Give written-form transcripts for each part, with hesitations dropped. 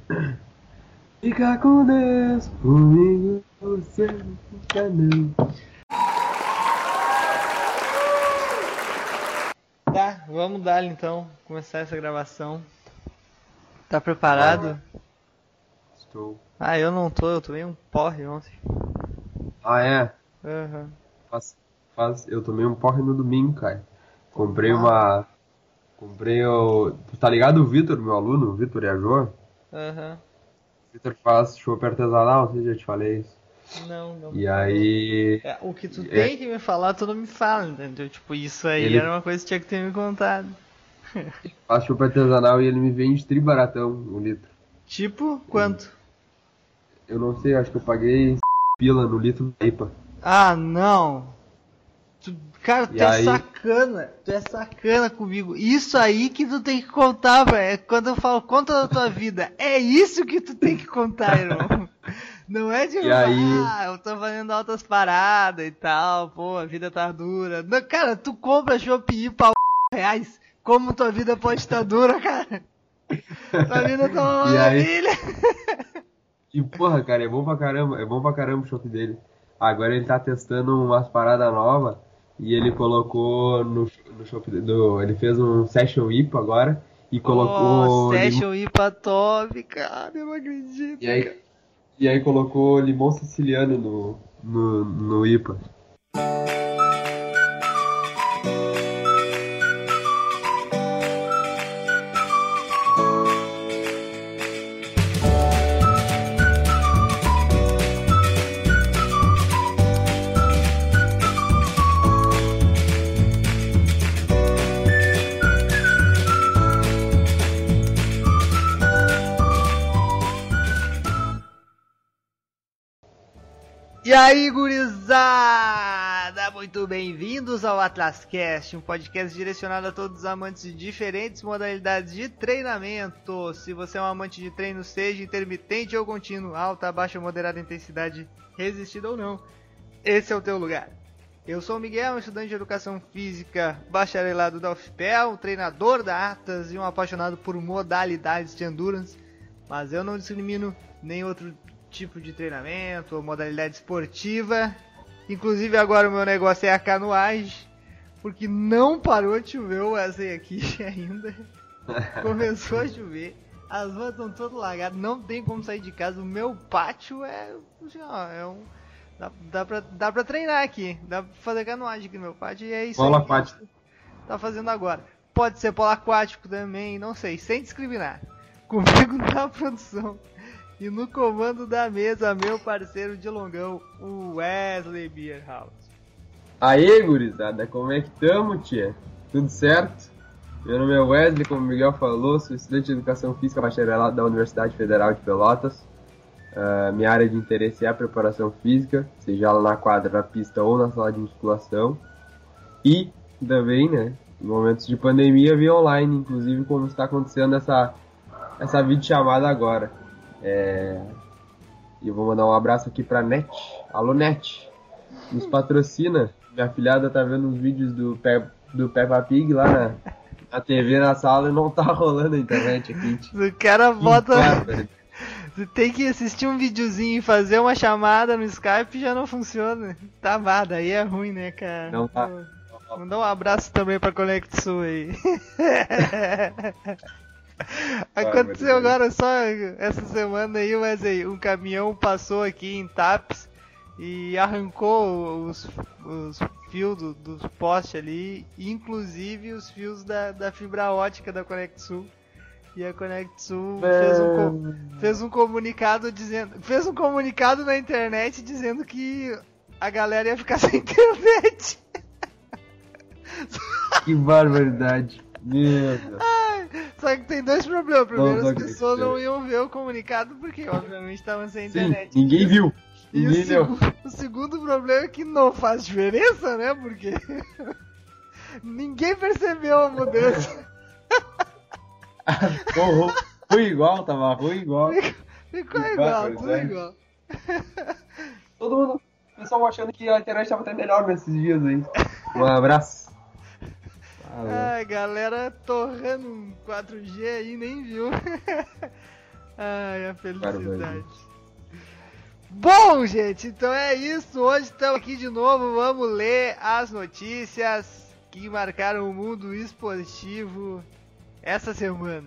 Fica com Deus, comigo você não fica não. Tá, vamos dar então, começar essa gravação. Tá preparado? Estou. Ah, eu não tô, eu tomei um porre ontem. Ah, é? Aham. Eu tomei um porre no domingo, cara. Comprei o... Tu tá ligado o Vitor, meu aluno? O Vitor Iajô? Aham. O Vitor faz chopp artesanal, não sei se já te falei isso. Não me E falou. aí... O que tu é, tem que me falar, tu não me fala, entendeu? Tipo, isso aí Ele era uma coisa que tinha que ter me contado. faz chopp artesanal e ele me vende tri baratão, um litro. Tipo, quanto? Eu não sei, acho que eu paguei pila no litro da IPA. Ah, não! Cara, E aí... tu é sacana comigo. Isso aí que tu tem que contar, velho. Quando eu falo conta da tua vida, é isso que tu tem que contar, irmão. Não é tipo, E aí... eu tô fazendo altas paradas e tal, pô, a vida tá dura. Não, cara, tu compra Shopee pra reais. Como tua vida pode estar dura, cara? Tua vida tá uma E aí... maravilha. E porra, cara, é bom pra caramba o chopp dele. Agora ele tá testando umas paradas novas e ele colocou no chopp ele fez um Session IPA agora e Oh, colocou limão, Session IPA top, cara, eu não acredito, e aí, cara. e aí colocou limão siciliano no IPA. E aí, gurizada! Muito bem-vindos ao AtlasCast, um podcast direcionado a todos os amantes de diferentes modalidades de treinamento. Se você é um amante de treino, seja intermitente ou contínuo, alta, baixa ou moderada intensidade, resistido ou não, esse é o teu lugar. Eu sou o Miguel, um estudante de educação física, bacharelado da UFPEL, um treinador da Atlas e um apaixonado por modalidades de endurance, mas eu não discrimino nem outro tipo de treinamento ou modalidade esportiva. Inclusive agora o meu negócio é a canoagem, porque não parou de chover o Wesley aqui ainda. Começou a chover, as ruas estão todas lagadas, não tem como sair de casa. O meu pátio é, assim, ó, dá pra treinar aqui, dá pra fazer canoagem aqui no meu pátio e é isso Polo aí que a aquático. gente tá fazendo agora. Pode ser polo aquático também, não sei, sem discriminar. Comigo na produção e no comando da mesa, meu parceiro de longão, o Wesley Bierhaus. Aê, gurizada, como é que tamo, tia? Tudo certo? Meu nome é Wesley, como o Miguel falou, sou estudante de educação física bacharelado da Universidade Federal de Pelotas. Minha área de interesse é a preparação física, seja ela na quadra, na pista ou na sala de musculação. E também, né, em momentos de pandemia, via online, inclusive como está acontecendo essa videochamada agora. E eu vou mandar um abraço aqui pra Net. Alô, Net, nos patrocina. Minha filhada tá vendo os vídeos do Peppa Pig lá na TV na sala e não tá rolando a internet aqui. O cara bota... bárbaro. Você tem que assistir um videozinho e fazer uma chamada no Skype e já não funciona. Tá, daí é ruim, né, cara? Não tá. Mandar um abraço também pra Connect Sul aí. Aconteceu agora só essa semana aí, mas aí, um caminhão passou aqui em Taps e arrancou os fios dos postes ali, inclusive os fios da fibra ótica da Connect Sul. E a Connect Sul fez um comunicado dizendo, fez um comunicado na internet dizendo que a galera ia ficar sem internet. Que barbaridade. Meu Deus. Só que tem dois problemas. Primeiro, Não as pessoas não iam ver o comunicado porque, obviamente, estavam sem internet. Sim, ninguém viu. E Ninguém viu. o segundo problema é que não faz diferença, né? Porque ninguém percebeu a mudança. Ruim igual, tava ruim igual. Ficou igual, tudo igual. Todo mundo, o pessoal achando que a internet tava até melhor nesses dias aí. Um abraço. Ai, galera torrando um 4G aí, nem viu. Ai, a felicidade. Bom, gente, então é isso. Hoje estamos aqui de novo. Vamos ler as notícias que marcaram o mundo esportivo essa semana.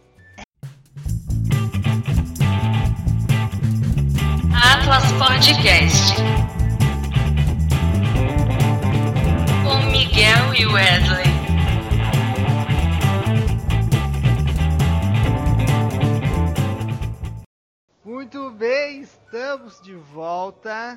Atlas Podcast com Miguel e Wesley. Muito bem, estamos de volta.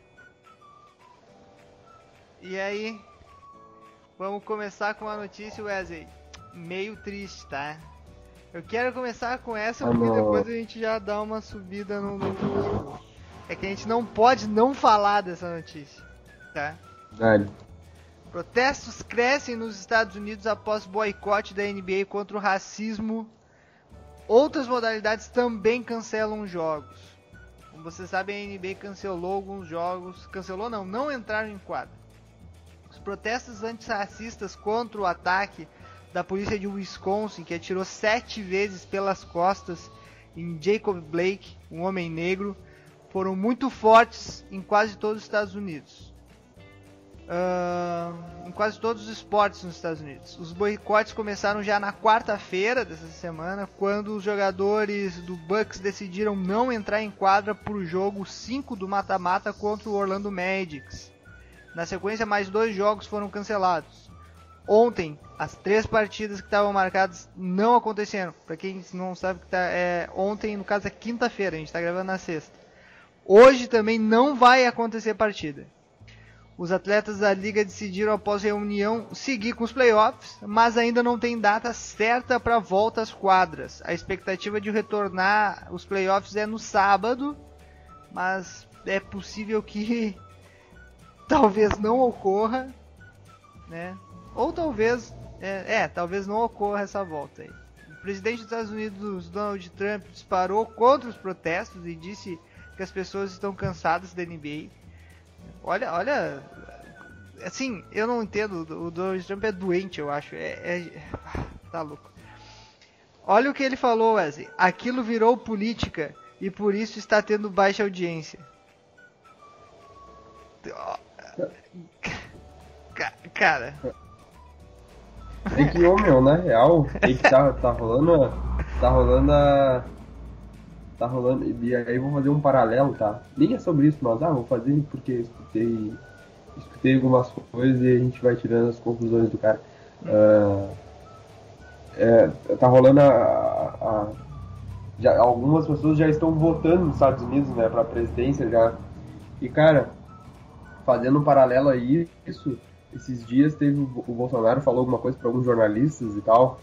E aí, vamos começar com uma notícia, Wesley, meio triste, tá? Eu quero começar com essa porque depois a gente já dá uma subida no nível. É que a gente não pode não falar dessa notícia, tá? Velho. Protestos crescem nos Estados Unidos após boicote da NBA contra o racismo. Outras modalidades também cancelam jogos. Como vocês sabem, a NBA cancelou alguns jogos. Cancelou não entraram em quadra. Os protestos antirracistas contra o ataque da polícia de Wisconsin, que atirou 7 vezes pelas costas em Jacob Blake, um homem negro, foram muito fortes em quase todos os Estados Unidos. Em quase todos os esportes nos Estados Unidos. Os boicotes começaram já na quarta-feira dessa semana, quando os jogadores do Bucks decidiram não entrar em quadra para o jogo 5 do mata-mata contra o Orlando Magic. Na sequência, mais 2 jogos foram cancelados. Ontem, as 3 partidas que estavam marcadas não aconteceram. Para quem não sabe, ontem, no caso, é quinta-feira, a gente está gravando na sexta. Hoje também não vai acontecer partida. Os atletas da liga decidiram, após reunião, seguir com os playoffs, mas ainda não tem data certa para a volta às quadras. A expectativa de retornar os playoffs é no sábado, mas é possível que talvez não ocorra, né? Ou talvez, talvez não ocorra essa volta aí. O presidente dos Estados Unidos, Donald Trump, disparou contra os protestos e disse que as pessoas estão cansadas da NBA. Olha, assim, eu não entendo, o Donald Trump é doente, eu acho, tá louco. Olha o que ele falou, Wesley, aquilo virou política e por isso está tendo baixa audiência. Cara... É que, meu, na real, é que tá rolando, e aí eu vou fazer um paralelo, tá? Nem é sobre isso, mas vou fazer porque escutei algumas coisas e a gente vai tirando as conclusões do cara. Tá rolando já, algumas pessoas já estão votando nos Estados Unidos, né, pra presidência já. E, cara, fazendo um paralelo a isso, esses dias teve o Bolsonaro falou alguma coisa pra alguns jornalistas e tal,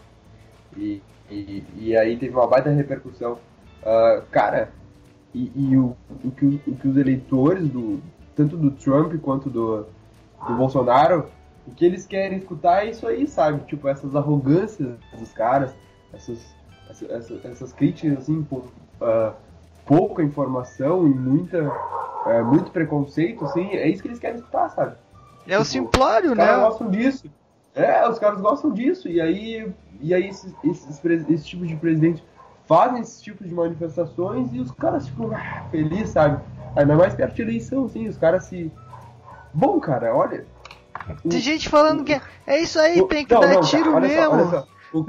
e aí teve uma baita repercussão. Cara, o que os eleitores, tanto do Trump quanto do Bolsonaro, o que eles querem escutar é isso aí, sabe? Tipo, essas arrogâncias dos caras, essas críticas, assim, com pouca informação e muito preconceito, assim, é isso que eles querem escutar, sabe? É o simplório, os né? Os caras gostam disso. Os caras gostam disso, e aí esse tipo de presidente fazem esse tipo de manifestações e os caras ficam felizes, sabe? Ainda mais perto de eleição, assim, os caras se... Bom, cara, olha... Tem gente falando que é isso aí, tem que dar tiro cara, mesmo. Olha só. Um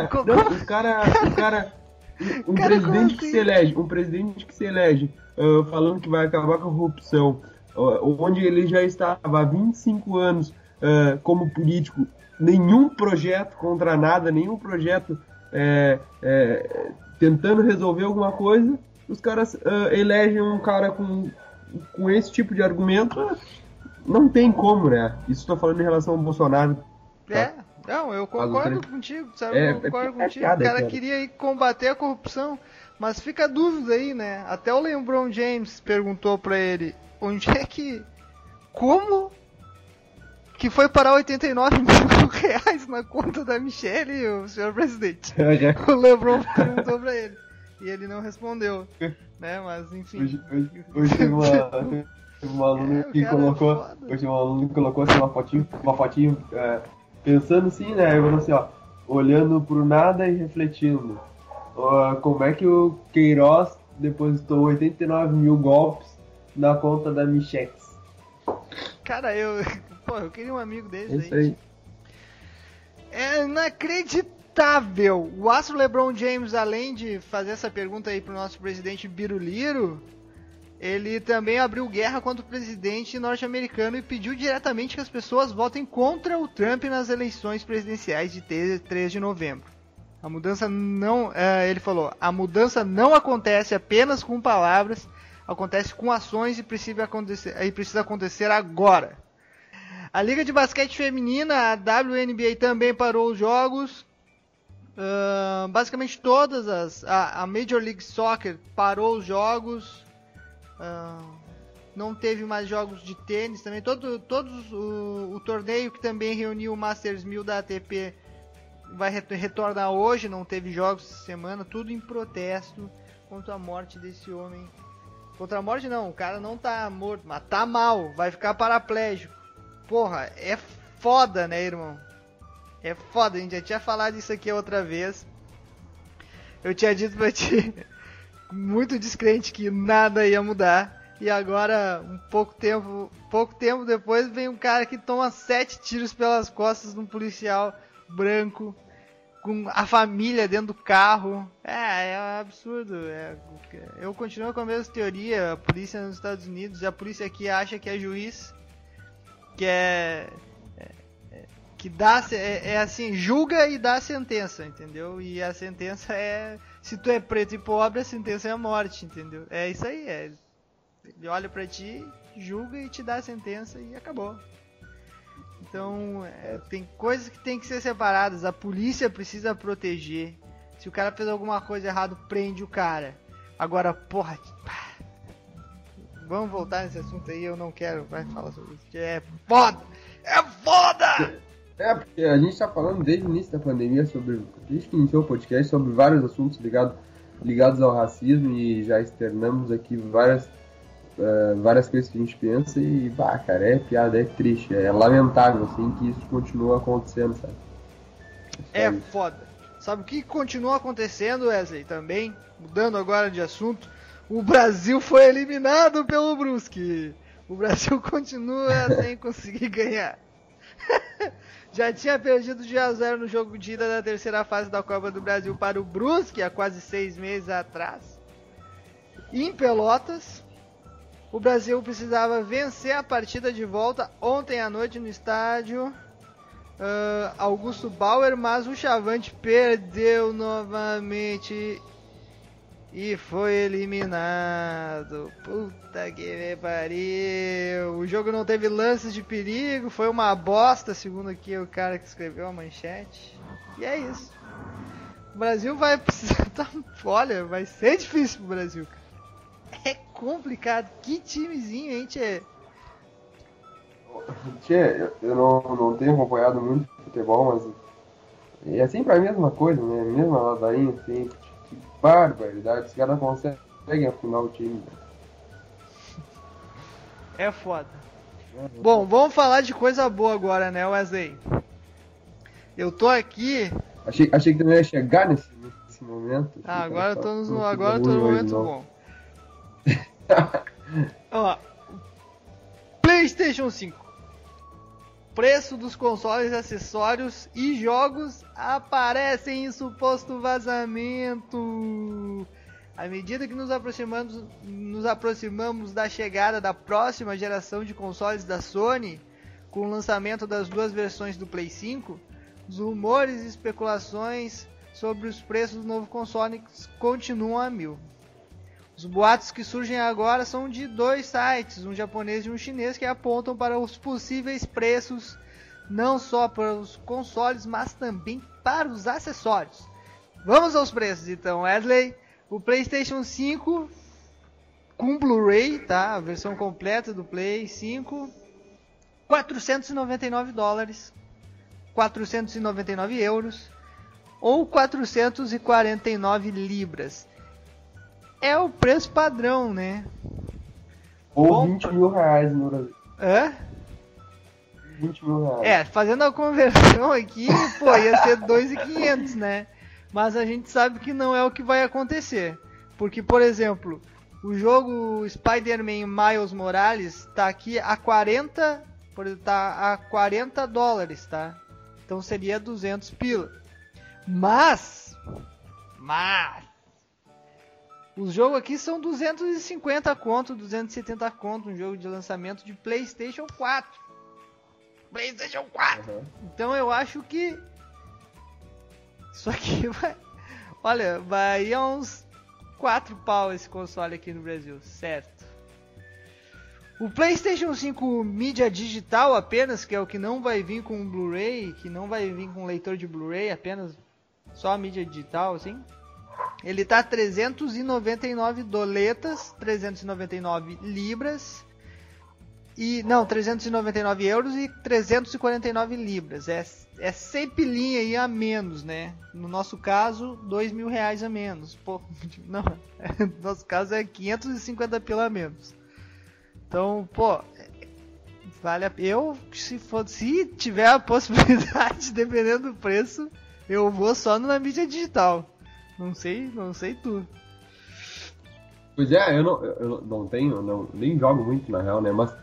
presidente que se elege falando que vai acabar com a corrupção, onde ele já estava há 25 anos como político, nenhum projeto contra nada, nenhum projeto tentando resolver alguma coisa, os caras elegem um cara com esse tipo de argumento, não tem como, né? Isso estou falando em relação ao Bolsonaro. Tá? Não, eu concordo contigo, sabe? Eu concordo contigo. O cara queria ir combater a corrupção, mas fica a dúvida aí, né? Até o LeBron James perguntou pra ele, como que foi parar 89 mil reais na conta da Michelle, o senhor presidente? O LeBron perguntou pra ele. E ele não respondeu, né? Mas enfim. Hoje teve um aluno que colocou. Hoje um aluno que colocou assim, uma fotinho pensando assim, né? Eu falei assim, ó, olhando pro nada e refletindo. como é que o Queiroz depositou 89 mil golpes na conta da Michex? Cara, eu queria um amigo desse Isso aí. É inacreditável. O astro LeBron James, além de fazer essa pergunta aí pro nosso presidente Biruliro, ele também abriu guerra contra o presidente norte-americano e pediu diretamente que as pessoas votem contra o Trump nas eleições presidenciais de 3 de novembro. A mudança não... ele falou, a mudança não acontece apenas com palavras, acontece com ações e precisa acontecer agora. A Liga de Basquete Feminina, a WNBA, também parou os jogos. Basicamente todas a Major League Soccer parou os jogos. Não teve mais jogos de tênis também. O torneio que também reuniu o Masters 1000 da ATP vai retornar hoje. Não teve jogos essa semana. Tudo em protesto contra a morte desse homem. Contra a morte não, o cara não tá morto, mas tá mal, vai ficar paraplégico. Porra, é foda, né, irmão? É foda, a gente já tinha falado isso aqui outra vez. Eu tinha dito pra ti, muito descrente, que nada ia mudar. E agora, pouco tempo depois, vem um cara que toma 7 tiros pelas costas de um policial branco, com a família dentro do carro. É um absurdo. Eu continuo com a mesma teoria. A polícia nos Estados Unidos, a polícia aqui acha que é juiz, que dá, assim, julga e dá a sentença, entendeu? E a sentença se tu é preto e pobre, a sentença é a morte, entendeu? É isso aí, ele olha pra ti, julga e te dá a sentença e acabou. Então, tem coisas que tem que ser separadas. A polícia precisa proteger. Se o cara fez alguma coisa errada, prende o cara. Agora, porra, vamos voltar nesse assunto aí, eu não quero, vai falar sobre isso. É foda! É foda! Porque a gente tá falando desde o início da pandemia desde que iniciou o podcast, sobre vários assuntos ligados ao racismo, e já externamos aqui várias coisas que a gente pensa e, cara, é piada, é triste, é lamentável, assim, que isso continua acontecendo, sabe? É foda. Sabe o que continua acontecendo, Wesley, também? Mudando agora de assunto, o Brasil foi eliminado pelo Brusque. O Brasil continua sem conseguir ganhar. Já tinha perdido de 1-0 no jogo de ida da terceira fase da Copa do Brasil para o Brusque, há quase 6 meses atrás. Em Pelotas, o Brasil precisava vencer a partida de volta ontem à noite no estádio Augusto Bauer, mas o Chavante perdeu novamente e foi eliminado. Puta que me pariu. O jogo não teve lances de perigo, foi uma bosta, segundo aqui o cara que escreveu a manchete. E é isso. O Brasil vai precisar... Olha, vai ser difícil pro Brasil, cara. É complicado. Que timezinho, hein, Tchê? Tchê, eu não tenho acompanhado muito futebol, mas é sempre a mesma coisa, né? A mesma ladainha, assim. Que barbaridade. Os caras conseguem afinar o time. É foda. Bom, vamos falar de coisa boa agora, né, Wesley? Eu tô aqui... Achei que tu não ia chegar nesse momento. Agora eu tô no momento bom. Ó, PlayStation 5. Preço dos consoles, acessórios e jogos aparecem em suposto vazamento. À medida que nos aproximamos da chegada da próxima geração de consoles da Sony, com o lançamento das 2 versões do Play 5, os rumores e especulações sobre os preços do novo console continuam a mil. Os boatos que surgem agora são de 2 sites, um japonês e um chinês, que apontam para os possíveis preços não só para os consoles, mas também para os acessórios. Vamos aos preços então, Wesley. O PlayStation 5 com Blu-ray, tá? A versão completa do Play 5, $499, 499 euros ou 449 libras. É o preço padrão, né? Ou 20 mil reais no Brasil. Hã? 20 mil reais. Fazendo a conversão aqui, pô, ia ser 2.500, né? Mas a gente sabe que não é o que vai acontecer. Porque, por exemplo, o jogo Spider-Man Miles Morales tá aqui a 40, tá a 40 dólares, tá? Então seria 200 pila. Mas os jogos aqui são 250 conto, 270 conto, um jogo de lançamento de PlayStation 4. PlayStation 4. Uhum. Então eu acho que isso aqui vai, olha, vai a uns 4 pau esse console aqui no Brasil, certo? O PlayStation 5 mídia digital apenas, que é o que não vai vir com Blu-ray, que não vai vir com leitor de Blu-ray, apenas só a mídia digital, assim. Ele tá 399 doletas, 399 libras, e não, 399 euros e 349 libras. É 100 pilinha aí a menos, né? No nosso caso, 2.000 reais a menos. Pô, não, no nosso caso é 550 pila a menos. Então, pô, vale a pena. Eu, se tiver a possibilidade, dependendo do preço, eu vou só na mídia digital. Não sei tudo. Pois é, eu não tenho, nem jogo muito na real, né? Mas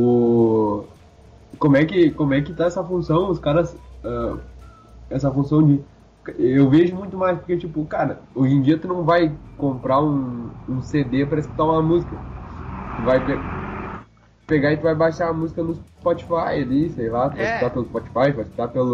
como é que tá essa função, os caras, essa função de, eu vejo muito mais, porque tipo, cara, hoje em dia tu não vai comprar um CD pra escutar uma música. Tu vai pegar e tu vai baixar a música no Spotify ali, sei lá, tu vai escutar pelo Spotify, vai escutar pelo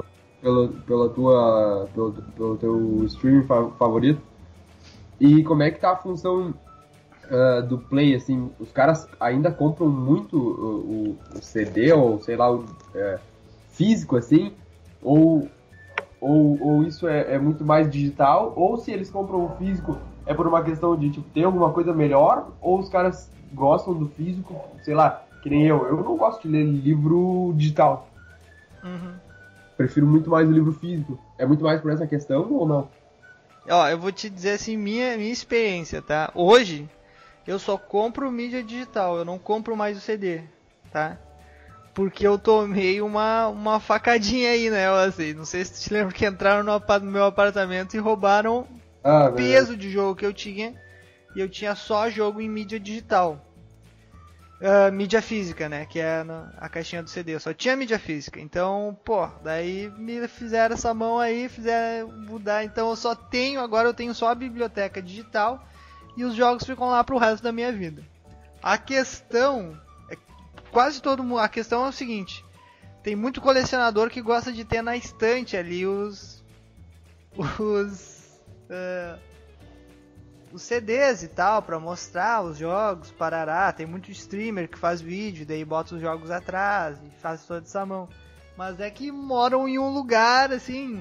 teu streaming favorito. E como é que tá a função do Play, assim, os caras ainda compram muito o CD, ou sei lá, físico, assim, ou isso é muito mais digital, ou se eles compram o físico é por uma questão de, tipo, ter alguma coisa melhor, ou os caras gostam do físico, sei lá, que nem eu não gosto de ler livro digital. Uhum. Prefiro muito mais o livro físico. É muito mais por essa questão ou não? Ó, eu vou te dizer assim, minha experiência, tá? Hoje, eu só compro mídia digital, eu não compro mais o CD, tá? Porque eu tomei uma facadinha aí, né? Assim, não sei se tu te lembra que entraram no meu apartamento e roubaram o peso de jogo que eu tinha. E eu tinha só jogo em mídia digital. Mídia física, né? Que é a caixinha do CD. Eu só tinha mídia física. Então, pô, daí me fizeram essa mão aí, fizeram mudar. Então agora eu tenho só a biblioteca digital e os jogos ficam lá pro resto da minha vida. A questão é quase todo mundo. A questão é o seguinte: tem muito colecionador que gosta de ter na estante ali os CDs e tal, pra mostrar os jogos, parará. Tem muito streamer que faz vídeo, daí bota os jogos atrás e faz toda essa mão. Mas é que moram em um lugar, assim,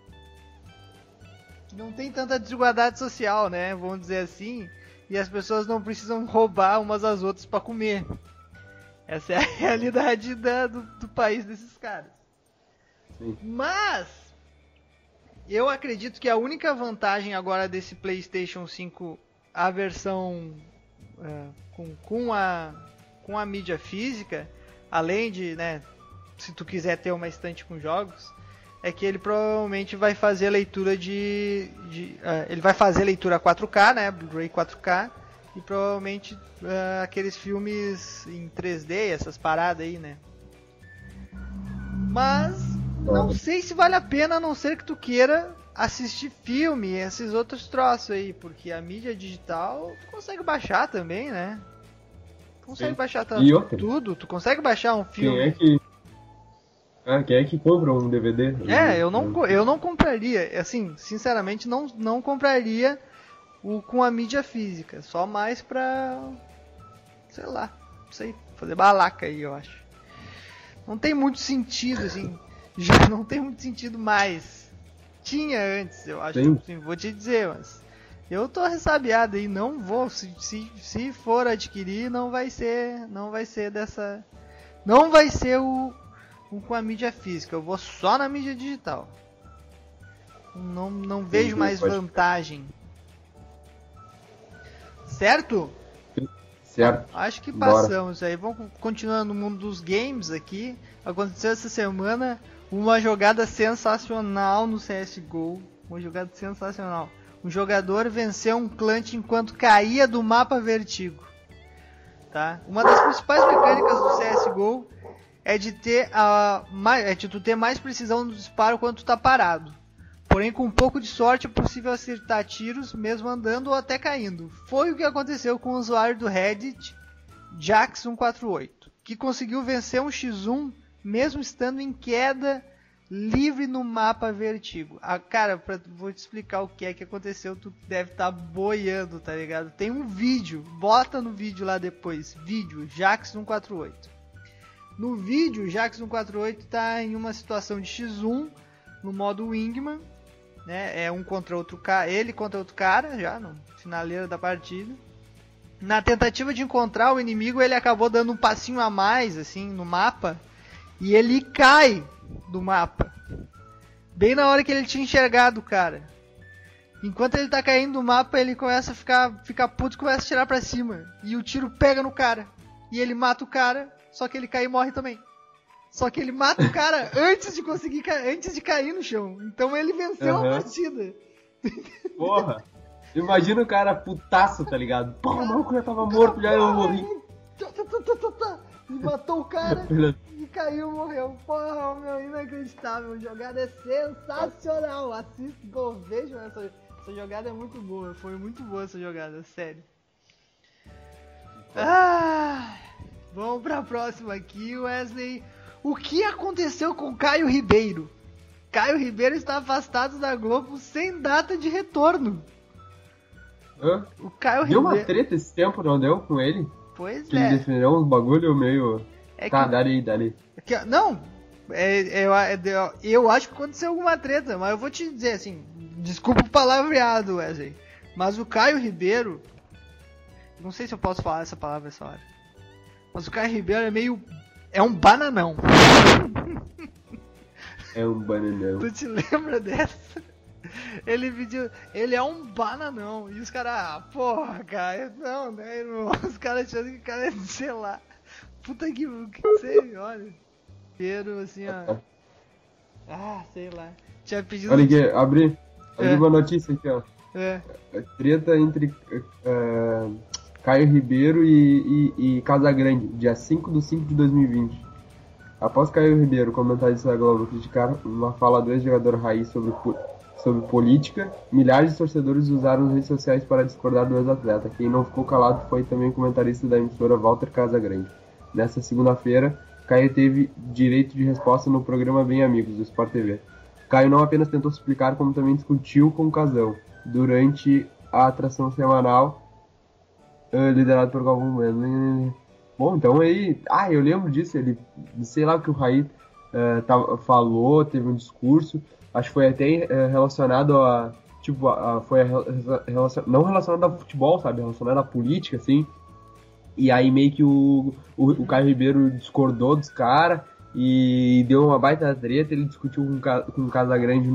que não tem tanta desigualdade social, né, vamos dizer assim. E as pessoas não precisam roubar umas às outras pra comer. Essa é a realidade do país desses caras. Sim. Mas eu acredito que a única vantagem agora desse PlayStation 5, a versão com a mídia física, além de, né, se tu quiser ter uma estante com jogos, é que ele provavelmente vai fazer leitura ele vai fazer leitura 4K, né, Blu-ray 4K, e provavelmente aqueles filmes em 3D, essas paradas aí, né. Mas não sei se vale a pena, a não ser que tu queira assistir filme, esses outros troços aí, porque a mídia digital tu consegue baixar também, né? Tu consegue baixar tudo, tu consegue baixar um filme. Quem é que compra um DVD? Eu não compraria, assim, sinceramente não compraria com a mídia física, só mais pra, sei lá, não sei, fazer balaca aí, eu acho. Não tem muito sentido, assim. Já não tem muito sentido mais. Tinha antes, eu acho. Sim, vou te dizer, mas eu tô ressabiado aí, não vou. Se for adquirir, não vai ser dessa. Não vai ser o com a mídia física. Eu vou só na mídia digital. Não vejo mais vantagem. Certo? Certo. Acho que passamos aí. Vamos continuando no mundo dos games aqui. Aconteceu essa semana uma jogada sensacional no CSGO. Uma jogada sensacional. Um jogador venceu um clutch enquanto caía do mapa Vertigo. Tá? Uma das principais mecânicas do CSGO é de tu ter mais precisão no disparo quando tu tá parado. Porém, com um pouco de sorte é possível acertar tiros mesmo andando ou até caindo. Foi o que aconteceu com o usuário do Reddit, Jax148, que conseguiu vencer um X1 mesmo estando em queda livre no mapa Vertigo. Cara, vou te explicar o que é que aconteceu, tu deve estar boiando, tá ligado? Tem um vídeo, bota no vídeo lá depois, vídeo, Jax148. No vídeo, Jax148 tá em uma situação de X1, no modo Wingman, né? É um contra outro cara, ele contra outro cara, já no finaleira da partida. Na tentativa de encontrar o inimigo, ele acabou dando um passinho a mais, assim, no mapa, e ele cai do mapa, bem na hora que ele tinha enxergado o cara. Enquanto ele tá caindo do mapa, ele começa a ficar puto e começa a tirar pra cima, e o tiro pega no cara, e ele mata o cara, só que ele cai e morre também. Só que ele mata o cara antes de cair no chão. Então ele venceu a partida. Porra, imagina o cara putaço, tá ligado? Pô, o maluco já tava morto, já eu morri. E matou o cara e caiu, morreu. Porra, meu, inacreditável. A jogada é sensacional. Assista, vejam essa jogada, é muito boa. Foi muito boa essa jogada, sério. Vamos pra próxima aqui, Wesley. O que aconteceu com Caio Ribeiro? Caio Ribeiro está afastado da Globo sem data de retorno. Hã? O Caio Deu Ribeiro... uma treta esse tempo, não deu? Com ele? Pois que é. Ele defendeu uns bagulho meio... Tá, dali. Não, eu acho que aconteceu alguma treta, mas eu vou te dizer assim, desculpa o palavreado, Wesley, mas o Caio Ribeiro, não sei se eu posso falar essa palavra essa hora, mas o Caio Ribeiro é um bananão. É um bananão. Tu te lembra dessa? Ele é um bananão. E os caras, porra, cara, não, né, irmão? Os caras achando que o cara é, sei lá, puta que sei, olha. Ribeiro, assim, ó. Sei lá. Tinha pedido... Olha aqui, abri uma notícia aqui, ó. Treta entre Caio Ribeiro e Casagrande, dia 5/5 de 2020. Após Caio Ribeiro, comentarista da Globo, criticar uma fala do ex-jogador Raiz sobre política, milhares de torcedores usaram as redes sociais para discordar do ex-atleta. Quem não ficou calado foi também o comentarista da emissora Walter Casagrande. Nesta segunda-feira, Caio teve direito de resposta no programa Bem Amigos, do Sport TV. Caio não apenas tentou se explicar, como também discutiu com o Casão, durante a atração semanal liderado por Galvão Bueno. Bom, então aí... eu lembro disso, ele... Sei lá o que o Raí falou, teve um discurso, acho que foi até relacionado a... não relacionado ao futebol, sabe? Relacionado à política, assim. E aí meio que o Caio Ribeiro discordou dos caras e deu uma baita treta, ele discutiu com o Casagrande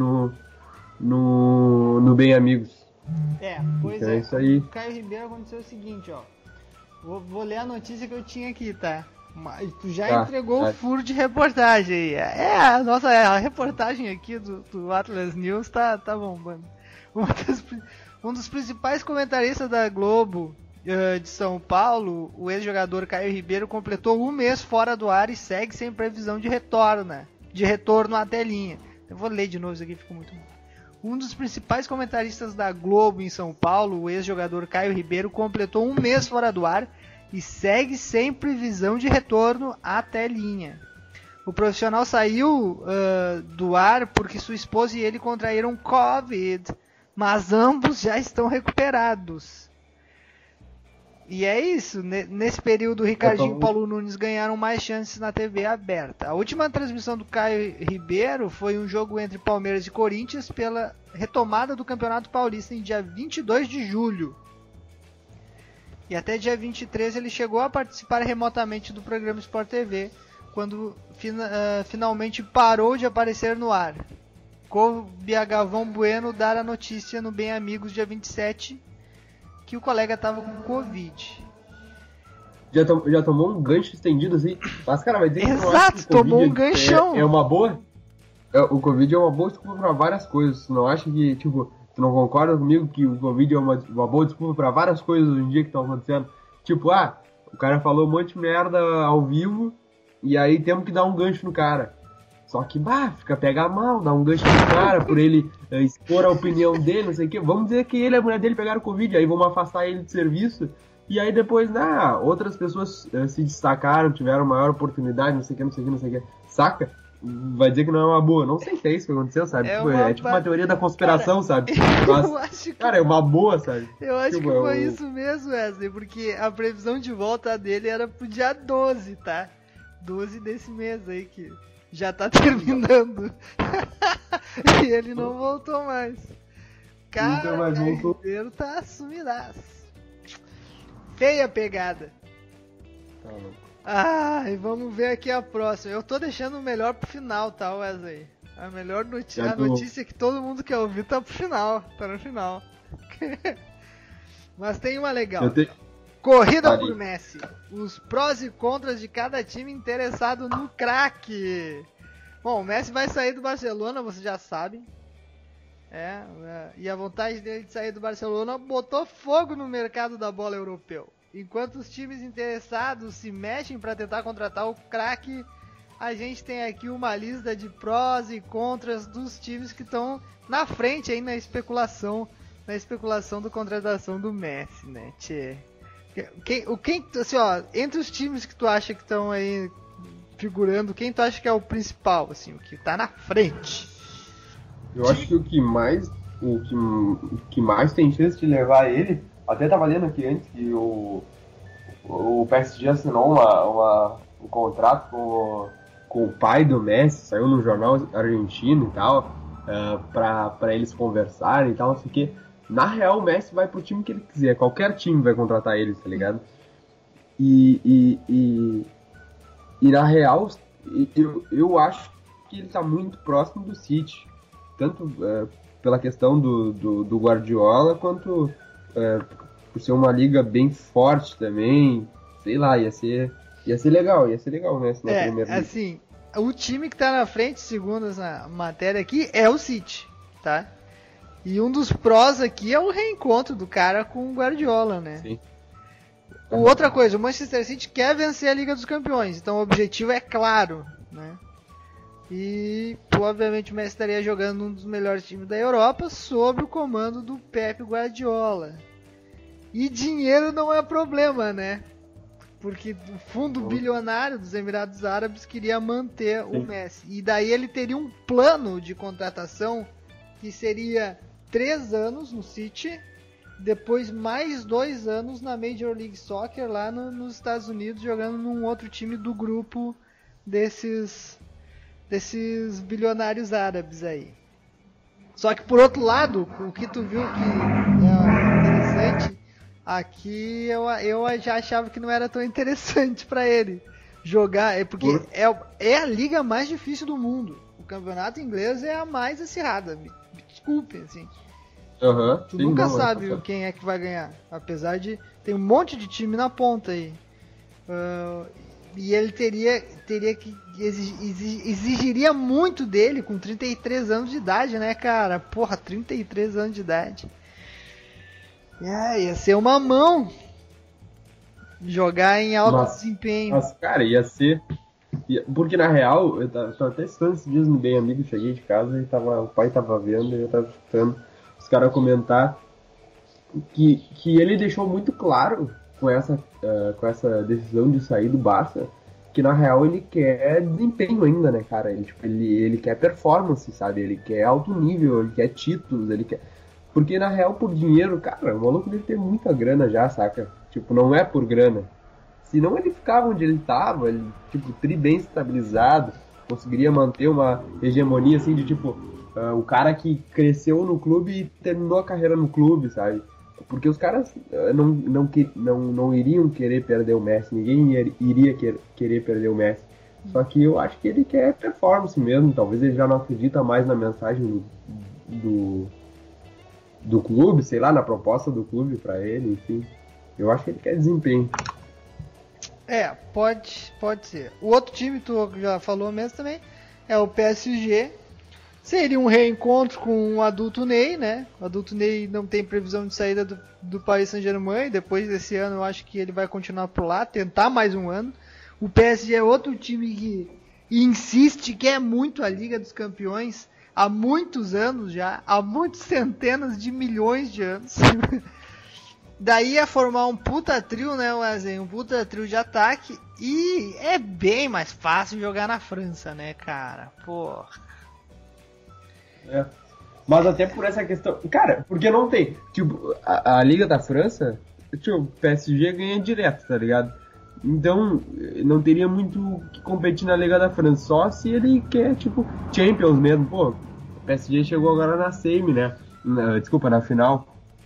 no Bem Amigos. Pois então, é. Isso aí. O Caio Ribeiro aconteceu o seguinte, ó. Vou ler a notícia que eu tinha aqui, tá? Mas tu já entregou o furo de reportagem aí. A reportagem aqui do Atlas News tá bombando. Um dos principais comentaristas da Globo de São Paulo, o ex-jogador Caio Ribeiro, completou um mês fora do ar e segue sem previsão de retorno à telinha. Eu vou ler de novo isso aqui, ficou muito bom. Um dos principais comentaristas da Globo em São Paulo, o ex-jogador Caio Ribeiro, completou um mês fora do ar e segue sem previsão de retorno à telinha. O profissional saiu do ar porque sua esposa e ele contraíram Covid, mas ambos já estão recuperados. E é isso, nesse período o Ricardinho e o Paulo Nunes ganharam mais chances na TV aberta. A última transmissão do Caio Ribeiro foi um jogo entre Palmeiras e Corinthians pela retomada do Campeonato Paulista em dia 22 de julho. E até dia 23 ele chegou a participar remotamente do programa Sport TV, quando finalmente parou de aparecer no ar. Coube a Galvão Bueno dar a notícia no Bem Amigos dia 27 que o colega tava com Covid. Já tomou um gancho estendido assim? Mas, cara, vai dizer que exato, tomou um ganchão. É uma boa? O Covid é uma boa desculpa pra várias coisas. Tu não acha que, tipo, tu não concorda comigo que o Covid é uma boa desculpa pra várias coisas hoje em dia que estão acontecendo? Tipo, o cara falou um monte de merda ao vivo e aí temos que dar um gancho no cara. Só que, pega mal, dá um gancho no cara por ele expor a opinião dele, não sei o quê. Vamos dizer que ele e a mulher dele pegaram Covid, aí vamos afastar ele de serviço. E aí depois, outras pessoas se destacaram, tiveram maior oportunidade, não sei o que. Saca? Vai dizer que não é uma boa. Não sei se é isso que aconteceu, sabe? É tipo uma teoria da conspiração, cara, sabe? Mas, cara, é uma boa, sabe? Eu acho que foi isso mesmo, Wesley, porque a previsão de volta dele era pro dia 12, tá? 12 desse mês aí, que já tá terminando. E ele não voltou mais. Cara, o Carneiro tá sumidaço. Feia pegada. Tá louco. E vamos ver aqui a próxima. Eu tô deixando o melhor pro final, tá, Wesley? A melhor notícia, a notícia que todo mundo quer ouvir tá pro final. Tá no final. Mas tem uma legal. Corrida por Messi. Os prós e contras de cada time interessado no craque. Bom, o Messi vai sair do Barcelona, vocês já sabem. E a vontade dele de sair do Barcelona botou fogo no mercado da bola europeu. Enquanto os times interessados se mexem para tentar contratar o craque, a gente tem aqui uma lista de prós e contras dos times que estão na frente aí na especulação da contratação do Messi, né, tchê? Assim, entre os times que tu acha que estão aí figurando, quem tu acha que é o principal, assim, o que tá na frente? Eu acho que o que mais tem chance de levar ele, até tava lendo aqui antes que o PSG assinou um contrato com o pai do Messi, saiu no jornal argentino e tal, pra eles conversarem e tal, não sei o que. Na real, o Messi vai pro time que ele quiser, qualquer time vai contratar ele, tá ligado? E na real, eu acho que ele tá muito próximo do City, tanto pela questão do Guardiola, quanto por ser uma liga bem forte também, sei lá, ia ser legal o Messi na Premier League. Assim, o time que tá na frente, segundo essa matéria aqui, é o City, tá? E um dos prós aqui é o reencontro do cara com o Guardiola, né? Sim. Outra coisa, o Manchester City quer vencer a Liga dos Campeões, então o objetivo é claro, né? E, obviamente, o Messi estaria jogando um dos melhores times da Europa sob o comando do Pep Guardiola. E dinheiro não é problema, né? Porque o fundo bilionário dos Emirados Árabes queria manter o Messi. E daí ele teria um plano de contratação que seria 3 anos no City, depois mais 2 anos na Major League Soccer lá nos Estados Unidos, jogando num outro time do grupo desses bilionários árabes aí. Só que por outro lado, o que tu viu que é interessante, aqui eu já achava que não era tão interessante para ele jogar, porque é a liga mais difícil do mundo. O campeonato inglês é a mais acirrada, me desculpem, assim. Tu nunca sabe quem é que vai ganhar, apesar de ter um monte de time na ponta aí. E ele teria que exigiria muito dele com 33 anos de idade, né, cara? Porra, 33 anos de idade. Ia ser uma mão jogar em alto desempenho. Mas, cara, ia ser... Porque, na real, eu tava até estudando esses dias no Bem Amigo, cheguei de casa e o pai tava vendo e eu tava escutando os caras comentar que ele deixou muito claro com essa decisão de sair do Barça, que na real ele quer desempenho ainda, né, cara? Ele quer performance, sabe? Ele quer alto nível, ele quer títulos, ele quer... Porque na real, por dinheiro, cara, o maluco deve ter muita grana já, saca? Tipo, não é por grana. Senão ele ficava onde ele tava, ele, tipo, bem estabilizado, conseguiria manter uma hegemonia, assim, de tipo, o cara que cresceu no clube e terminou a carreira no clube, sabe? Porque os caras não iriam querer perder o Messi, ninguém iria querer perder o Messi. Só que eu acho que ele quer performance mesmo, talvez ele já não acredita mais na mensagem do clube, sei lá, na proposta do clube pra ele, enfim. Eu acho que ele quer desempenho. Pode ser. O outro time, tu já falou mesmo também, é o PSG, Seria um reencontro com o adulto Ney, né? O adulto Ney não tem previsão de saída do Paris Saint-Germain. Depois desse ano eu acho que ele vai continuar por lá, tentar mais um ano. O PSG é outro time que insiste, quer muito a Liga dos Campeões há muitos anos já, há muitas centenas de milhões de anos. Daí ia formar um puta trio, né, Wesley? Um puta trio de ataque. E é bem mais fácil jogar na França, né, cara? Porra. É. Mas até por essa questão. Cara, porque não tem. Tipo, a Liga da França, tipo, o PSG ganha direto, tá ligado? Então, não teria muito que competir na Liga da França. Só se ele quer, tipo, Champions mesmo. Pô, o PSG chegou agora na semi, né? Desculpa, na final.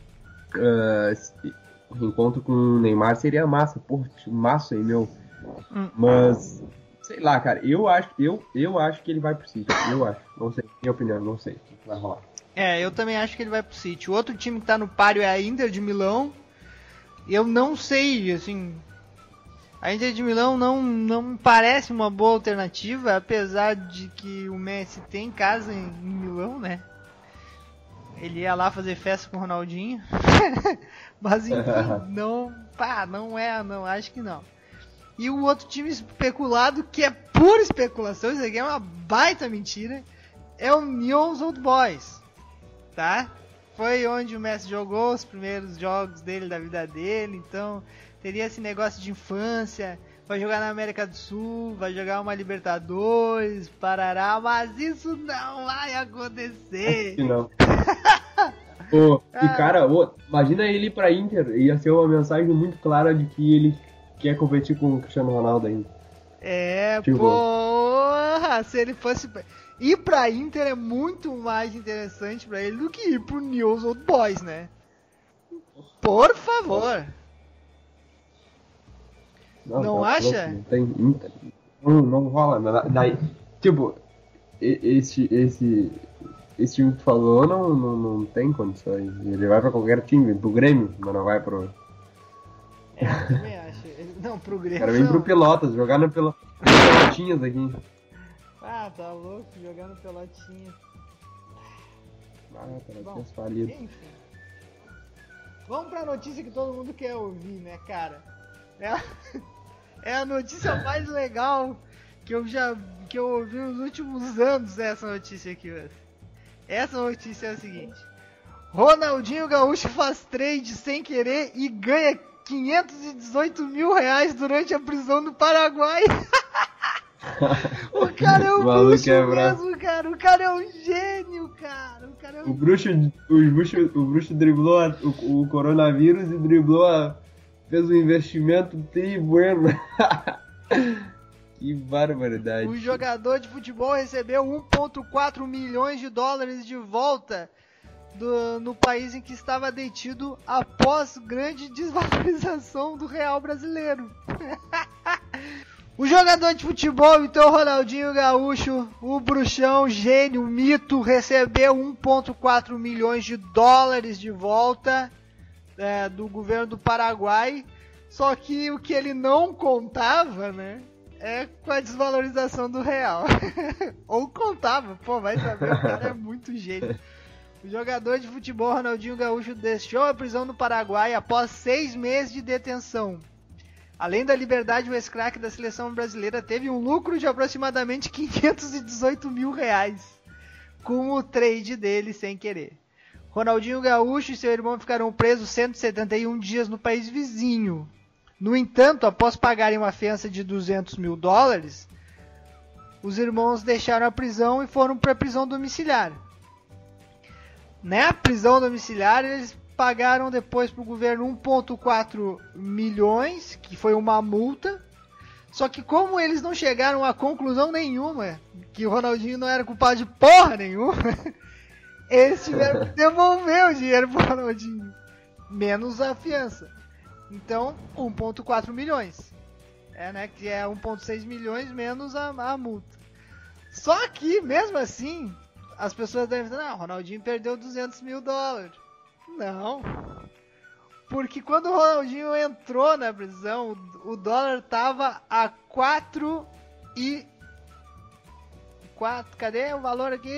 O encontro com o Neymar seria massa. Pô, massa aí, meu. Mas, sei lá, cara. Eu acho que ele vai pro City. Eu acho. Não sei. Minha opinião, não sei o que vai rolar. Eu também acho que ele vai pro City. O outro time que tá no páreo é a Inter de Milão. Eu não sei, assim... A Inter de Milão não parece uma boa alternativa, apesar de que o Messi tem casa em Milão, né? Ele ia lá fazer festa com o Ronaldinho. Mas enfim, não, acho que não. E o outro time especulado, que é pura especulação, isso aqui é uma baita mentira, é o Newell's Old Boys, tá? Foi onde o Messi jogou os primeiros jogos dele, da vida dele, então teria esse negócio de infância, vai jogar na América do Sul, vai jogar uma Libertadores, parará, mas isso não vai acontecer. Acho que não. E cara, imagina ele ir pra Inter, ia ser uma mensagem muito clara de que ele quer competir com o Cristiano Ronaldo ainda. Porra, se ele fosse... Ir pra Inter é muito mais interessante pra ele do que ir pro Newell's Old Boys, né? Por favor. Não acha? Não tem Inter. Não rola. Daí, tipo, esse time que tu falou não tem condições. Ele vai pra qualquer time, pro Grêmio, mas não vai pro... Eu também acho. Não, pro Grêmio. O cara vem pro Pelotas, jogar no Pelotinhas aqui. Tá louco, jogando Pelotinha. Pelotinhas falido. Enfim. Vamos pra notícia que todo mundo quer ouvir, né, cara? É a notícia mais legal que eu ouvi nos últimos anos, essa notícia aqui, velho. Essa notícia é a seguinte: Ronaldinho Gaúcho faz trade sem querer e ganha 518 mil reais durante a prisão no Paraguai. O cara é um bruxo mesmo, cara. O cara é um gênio, cara. O bruxo driblou o coronavírus e fez um investimento tri bueno. Que barbaridade. O jogador de futebol recebeu 1,4 milhões de dólares de volta no país em que estava detido após grande desvalorização do real brasileiro. O jogador de futebol, então, Ronaldinho Gaúcho, o bruxão, gênio, mito, recebeu 1,4 milhões de dólares de volta do governo do Paraguai. Só que o que ele não contava, né, é com a desvalorização do real. Ou contava, vai saber, o cara é muito gênio. O jogador de futebol, Ronaldinho Gaúcho, deixou a prisão no Paraguai após 6 meses de detenção. Além da liberdade, o ex-craque da seleção brasileira teve um lucro de aproximadamente 518 mil reais com o trade dele sem querer. Ronaldinho Gaúcho e seu irmão ficaram presos 171 dias no país vizinho. No entanto, após pagarem uma fiança de 200 mil dólares, os irmãos deixaram a prisão e foram para a prisão domiciliar. Na prisão domiciliar, eles pagaram depois para o governo 1,4 milhões, que foi uma multa. Só que como eles não chegaram a conclusão nenhuma, que o Ronaldinho não era culpado de porra nenhuma, eles tiveram que devolver o dinheiro pro Ronaldinho, menos a fiança. Então, 1,4 milhões. Né, que é 1,6 milhões menos a multa. Só que, mesmo assim, as pessoas devem dizer, o Ronaldinho perdeu 200 mil dólares. Não, porque quando o Ronaldinho entrou na prisão, o dólar tava a 4 cadê o valor aqui?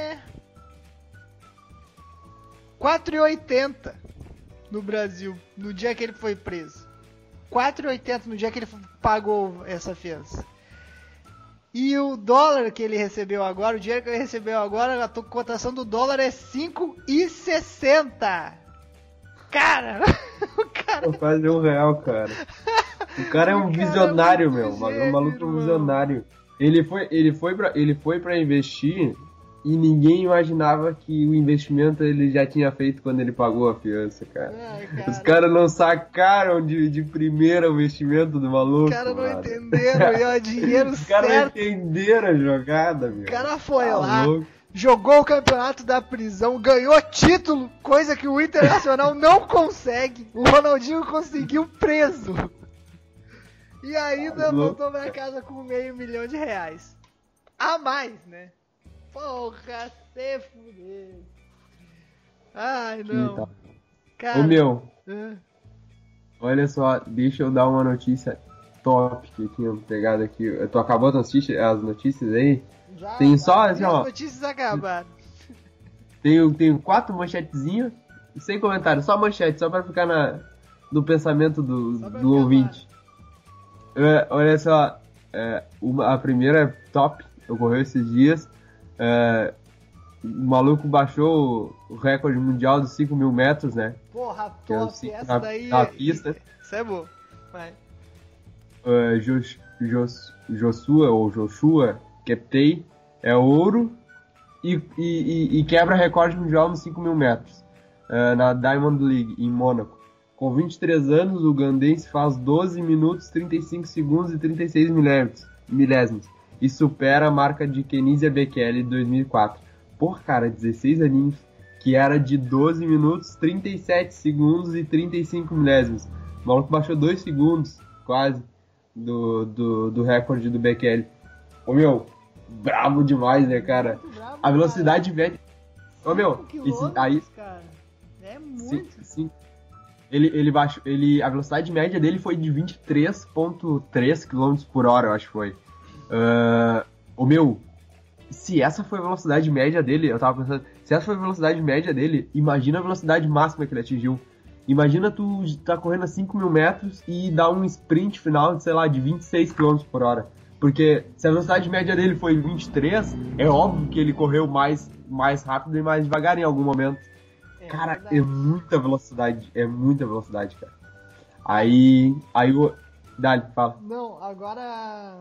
4,80 no Brasil, no dia que ele foi preso. 4,80 no dia que ele pagou essa fiança. E o dólar que ele recebeu agora, o dinheiro que ele recebeu agora, a cotação do dólar é 5,60. Cara, o cara... Quase R$1, cara. O cara é um visionário, meu. O maluco é um visionário. Ele foi pra investir e ninguém imaginava que o investimento ele já tinha feito quando ele pagou a fiança, cara. Os caras não sacaram de primeira o investimento do maluco. Os caras não entenderam, e o dinheiro certo. Os caras não entenderam a jogada, meu. O cara foi lá, jogou o campeonato da prisão, ganhou título, coisa que o Internacional não consegue. O Ronaldinho conseguiu preso. E ainda voltou pra casa com R$500 mil a mais, né? Porra, se fuder. Ai, não. Cara, ô, meu, olha só, deixa eu dar uma notícia top que eu tinha pegado aqui. Tu acabou as notícias aí? Já, tem só, assim, ó. As notícias acabaram. Tenho 4 manchetezinhas, sem comentário, só manchete, só pra ficar no pensamento do ouvinte. Olha só, a primeira top, ocorreu esses dias. O maluco baixou o recorde mundial dos 5 mil metros, né? Porra, top, é essa daí na pista. Isso é bom, vai. Joshua Keptei é ouro e quebra recorde mundial nos 5 mil metros na Diamond League, em Mônaco. Com 23 anos, o ugandense faz 12 minutos, 35 segundos e 36 milésimos. E supera a marca de Kenisia Bekele de 2004. Porra, cara, 16 aninhos, que era de 12 minutos, 37 segundos e 35 milésimos. O maluco baixou 2 segundos, quase, do recorde do Bekele. Ô, meu, brabo demais, né, cara? Bravo, a velocidade média... Ô, meu, aí... Cara. É muito. Sim. A velocidade média dele foi de 23,3 km por hora, eu acho que foi. Se essa foi a velocidade média dele, eu tava pensando, se essa foi a velocidade média dele, imagina a velocidade máxima que ele atingiu. Imagina tu tá correndo a 5 mil metros e dá um sprint final de, sei lá, de 26 km por hora. Porque se a velocidade média dele foi 23, é óbvio que ele correu mais rápido e mais devagar em algum momento. Cara, é muita velocidade, cara. Aí Dali, fala. Não, agora...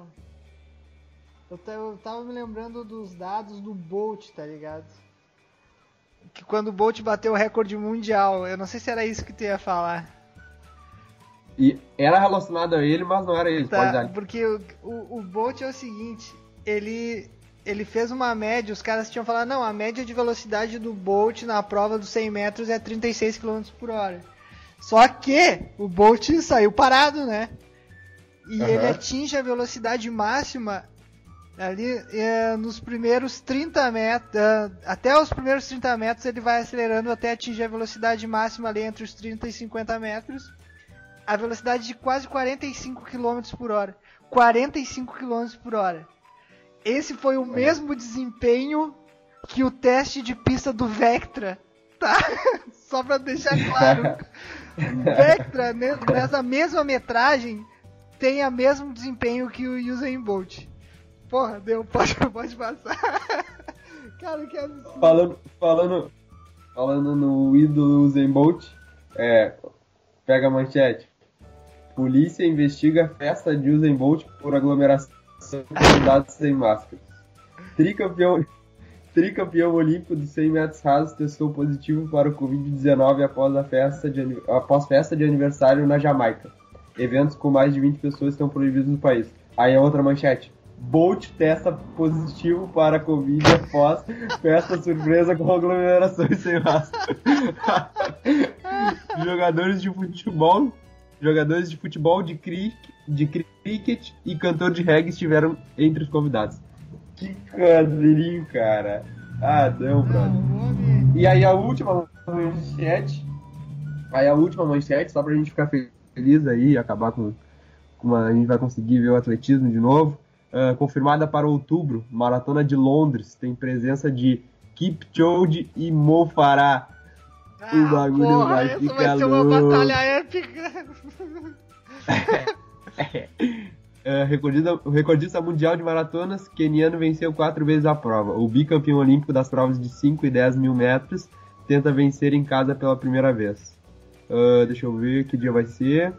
Eu tava me lembrando dos dados do Bolt, tá ligado? Que quando o Bolt bateu o recorde mundial, eu não sei se era isso que tu ia falar. E era relacionado a ele, mas não era ele, pode dar. Porque o Bolt é o seguinte, ele fez uma média, os caras tinham falado, não, a média de velocidade do Bolt na prova dos 100 metros é 36 km por hora. Só que o Bolt saiu parado, né? E ele atinge a velocidade máxima ali nos primeiros 30 metros, até os primeiros 30 metros ele vai acelerando até atingir a velocidade máxima ali entre os 30 e 50 metros. A velocidade de quase 45 km por hora. 45 km por hora. Esse foi o mesmo desempenho que o teste de pista do Vectra, tá? Só pra deixar claro. O Vectra, nessa mesma metragem, tem o mesmo desempenho que o Usain Bolt. Porra, deu, pode passar. Cara, que absurdo. Falando no ídolo Usain Bolt, pega a manchete. Polícia investiga festa de Usain Bolt por aglomeração de soldados sem máscaras. Tricampeão olímpico de 100 metros rasos testou positivo para o Covid-19 após festa de aniversário na Jamaica. Eventos com mais de 20 pessoas estão proibidos no país. Aí a outra manchete. Bolt testa positivo para a Covid após festa surpresa com aglomerações sem máscara. Jogadores de futebol, de cricket e cantor de reggae estiveram entre os convidados. Que quadrinho, cara. Ah, não, brother. E aí a última manchete, só pra gente ficar feliz aí, acabar com a gente vai conseguir ver o atletismo de novo. confirmada para outubro, Maratona de Londres, tem presença de Kipchoge e Mo Farah. O bagulho vai essa ficar vai ser uma louco. batalha épica. O recordista mundial de maratonas, queniano, venceu 4 vezes a prova. O bicampeão olímpico das provas de 5 e 10 mil metros tenta vencer em casa pela primeira vez. Deixa eu ver que dia vai ser.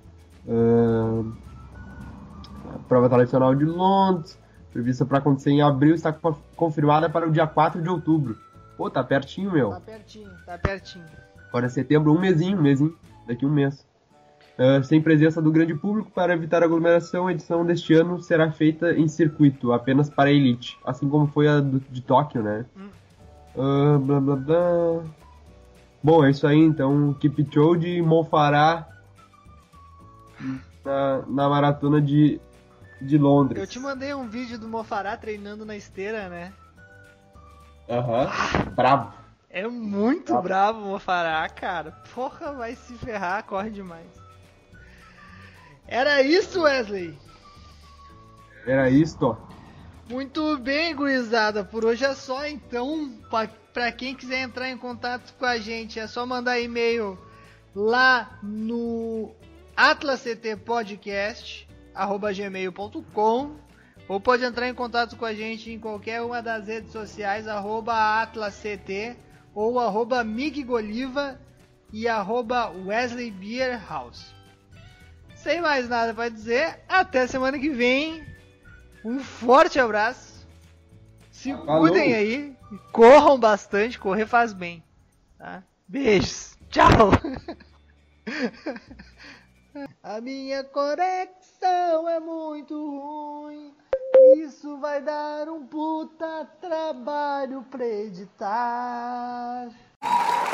A prova tradicional de Londres, prevista para acontecer em abril, está confirmada para o dia 4 de outubro. Pô, tá pertinho, meu. Tá pertinho. Agora é setembro, um mesinho, daqui um mês. Sem presença do grande público, para evitar aglomeração, a edição deste ano será feita em circuito, apenas para a elite, assim como foi a de Tóquio, né? Blá blá blá. Bom, é isso aí, então. Kipchoge e Mo Farah na maratona de Londres. Eu te mandei um vídeo do Mo Farah treinando na esteira, né? Bravo. É muito bravo o Mo Farah, cara. Porra, vai se ferrar, corre demais. Era isso, Wesley? Era isto. Muito bem, gurizada. Por hoje é só, então. Pra quem quiser entrar em contato com a gente, é só mandar e-mail lá no atlasctpodcast@gmail.com, ou pode entrar em contato com a gente em qualquer uma das redes sociais, @atlasct ou @miggoliva e @Wesley Beer House. Sem mais nada para dizer, até semana que vem. Um forte abraço. Se cuidem aí. Corram bastante. Correr faz bem. Tá? Beijos. Tchau. A minha conexão é muito ruim. Isso vai dar um puta trabalho pra editar.